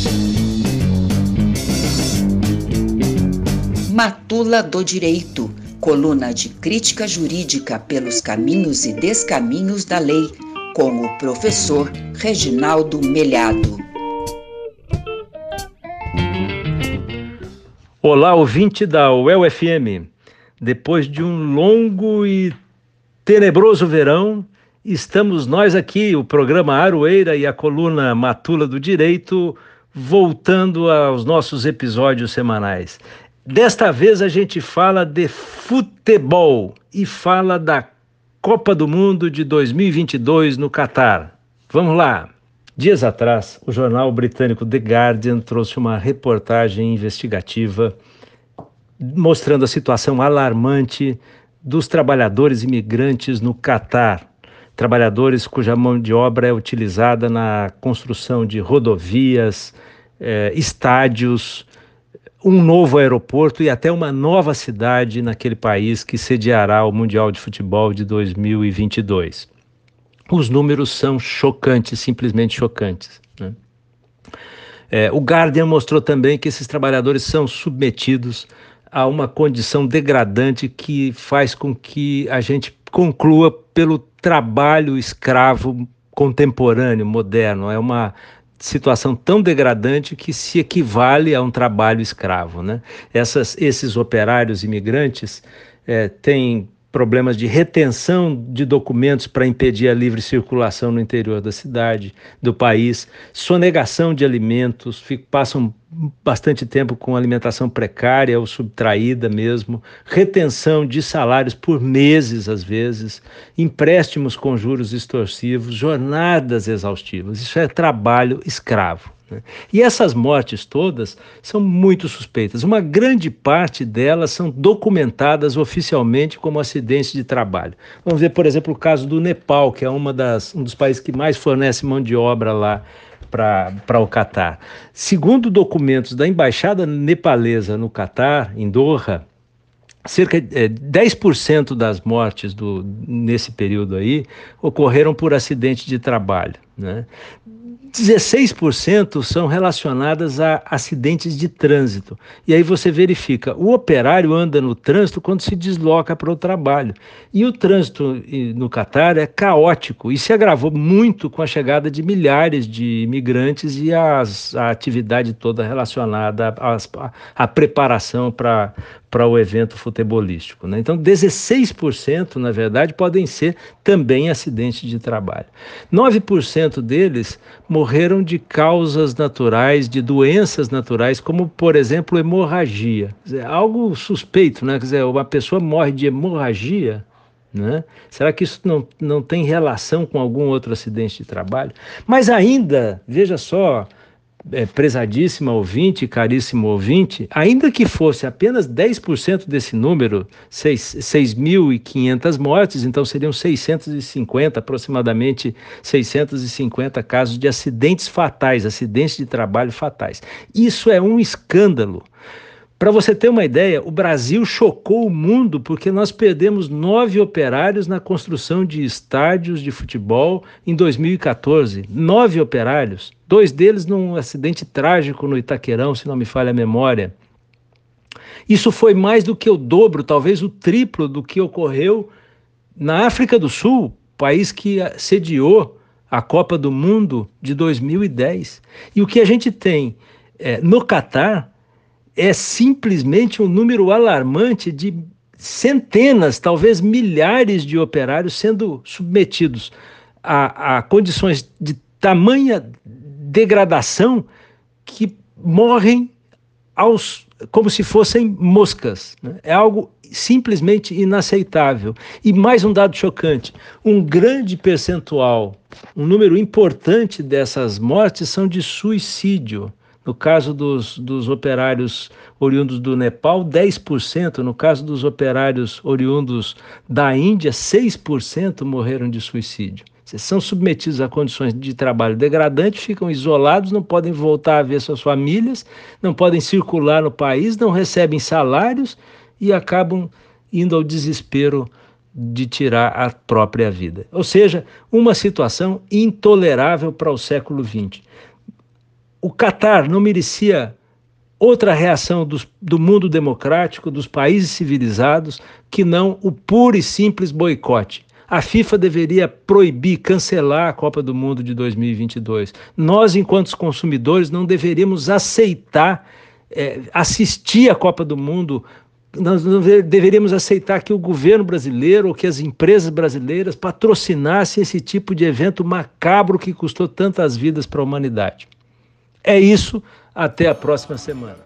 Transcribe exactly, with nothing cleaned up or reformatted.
Matula do Direito, coluna de crítica jurídica pelos caminhos e descaminhos da lei, com o professor Reginaldo Melhado. Olá, ouvinte da U E L F M. Depois de um longo e tenebroso verão, estamos nós aqui, o programa Aroeira e a coluna Matula do Direito, voltando aos nossos episódios semanais. Desta vez a gente fala de futebol e fala da Copa do Mundo de dois mil e vinte e dois no Catar. Vamos lá! Dias atrás, o jornal britânico The Guardian trouxe uma reportagem investigativa mostrando a situação alarmante dos trabalhadores imigrantes no Catar. Trabalhadores cuja mão de obra é utilizada na construção de rodovias, eh, estádios, um novo aeroporto e até uma nova cidade naquele país que sediará o Mundial de Futebol de dois mil e vinte e dois. Os números são chocantes, simplesmente chocantes, né? É, o Guardian mostrou também que esses trabalhadores são submetidos a uma condição degradante que faz com que a gente conclua pelo trabalho escravo contemporâneo, moderno. É uma situação tão degradante que se equivale a um trabalho escravo, né? Essas, esses operários imigrantes é, têm problemas de retenção de documentos para impedir a livre circulação no interior da cidade, do país, sonegação de alimentos, fico, passam bastante tempo com alimentação precária ou subtraída mesmo, retenção de salários por meses às vezes, empréstimos com juros extorsivos, jornadas exaustivas. Isso é trabalho escravo, né? E essas mortes todas são muito suspeitas. Uma grande parte delas são documentadas oficialmente como acidentes de trabalho. Vamos ver, por exemplo, o caso do Nepal, que é uma das, um dos países que mais fornece mão de obra lá para o Catar. Segundo documentos da Embaixada Nepalesa no Catar, em Doha, cerca de é, dez por cento das mortes do, nesse período aí ocorreram por acidente de trabalho, né? dezesseis por cento são relacionadas a acidentes de trânsito. E aí você verifica, o operário anda no trânsito quando se desloca para o trabalho. E o trânsito no Catar é caótico e se agravou muito com a chegada de milhares de imigrantes e as, a atividade toda relacionada à, à preparação para para o evento futebolístico, né? Então, dezesseis por cento, na verdade, podem ser também acidentes de trabalho. nove por cento deles morreram de causas naturais, de doenças naturais, como, por exemplo, hemorragia. Quer dizer, algo suspeito, né? Quer dizer, uma pessoa morre de hemorragia, né? Será que isso não, não tem relação com algum outro acidente de trabalho? Mas ainda, veja só, É, prezadíssima ouvinte, caríssimo ouvinte, ainda que fosse apenas dez por cento desse número, seis mil e quinhentas mortes, então seriam seiscentos e cinquenta, aproximadamente seiscentos e cinquenta casos de acidentes fatais, acidentes de trabalho fatais. Isso é um escândalo. Para você ter uma ideia, o Brasil chocou o mundo porque nós perdemos nove operários na construção de estádios de futebol em dois mil e catorze. Nove operários, dois deles num acidente trágico no Itaquerão, se não me falha a memória. Isso foi mais do que o dobro, talvez o triplo do que ocorreu na África do Sul, país que sediou a Copa do Mundo de dois mil e dez. E o que a gente tem é, no Catar é simplesmente um número alarmante de centenas, talvez milhares de operários sendo submetidos a, a condições de tamanha degradação que morrem aos, como se fossem moscas, né? É algo simplesmente inaceitável. E mais um dado chocante, um grande percentual, um número importante dessas mortes são de suicídio. No caso dos, dos operários oriundos do Nepal, dez por cento. No caso dos operários oriundos da Índia, seis por cento morreram de suicídio. Vocês são submetidos a condições de trabalho degradantes, ficam isolados, não podem voltar a ver suas famílias, não podem circular no país, não recebem salários e acabam indo ao desespero de tirar a própria vida. Ou seja, uma situação intolerável para o século vinte. o Catar não merecia outra reação dos, do mundo democrático, dos países civilizados, que não o puro e simples boicote. A FIFA deveria proibir, cancelar a Copa do Mundo de dois mil e vinte e dois. Nós, enquanto consumidores, não deveríamos aceitar é, assistir à Copa do Mundo. Nós não deveríamos aceitar que o governo brasileiro ou que as empresas brasileiras patrocinassem esse tipo de evento macabro que custou tantas vidas para a humanidade. É isso, até a próxima semana.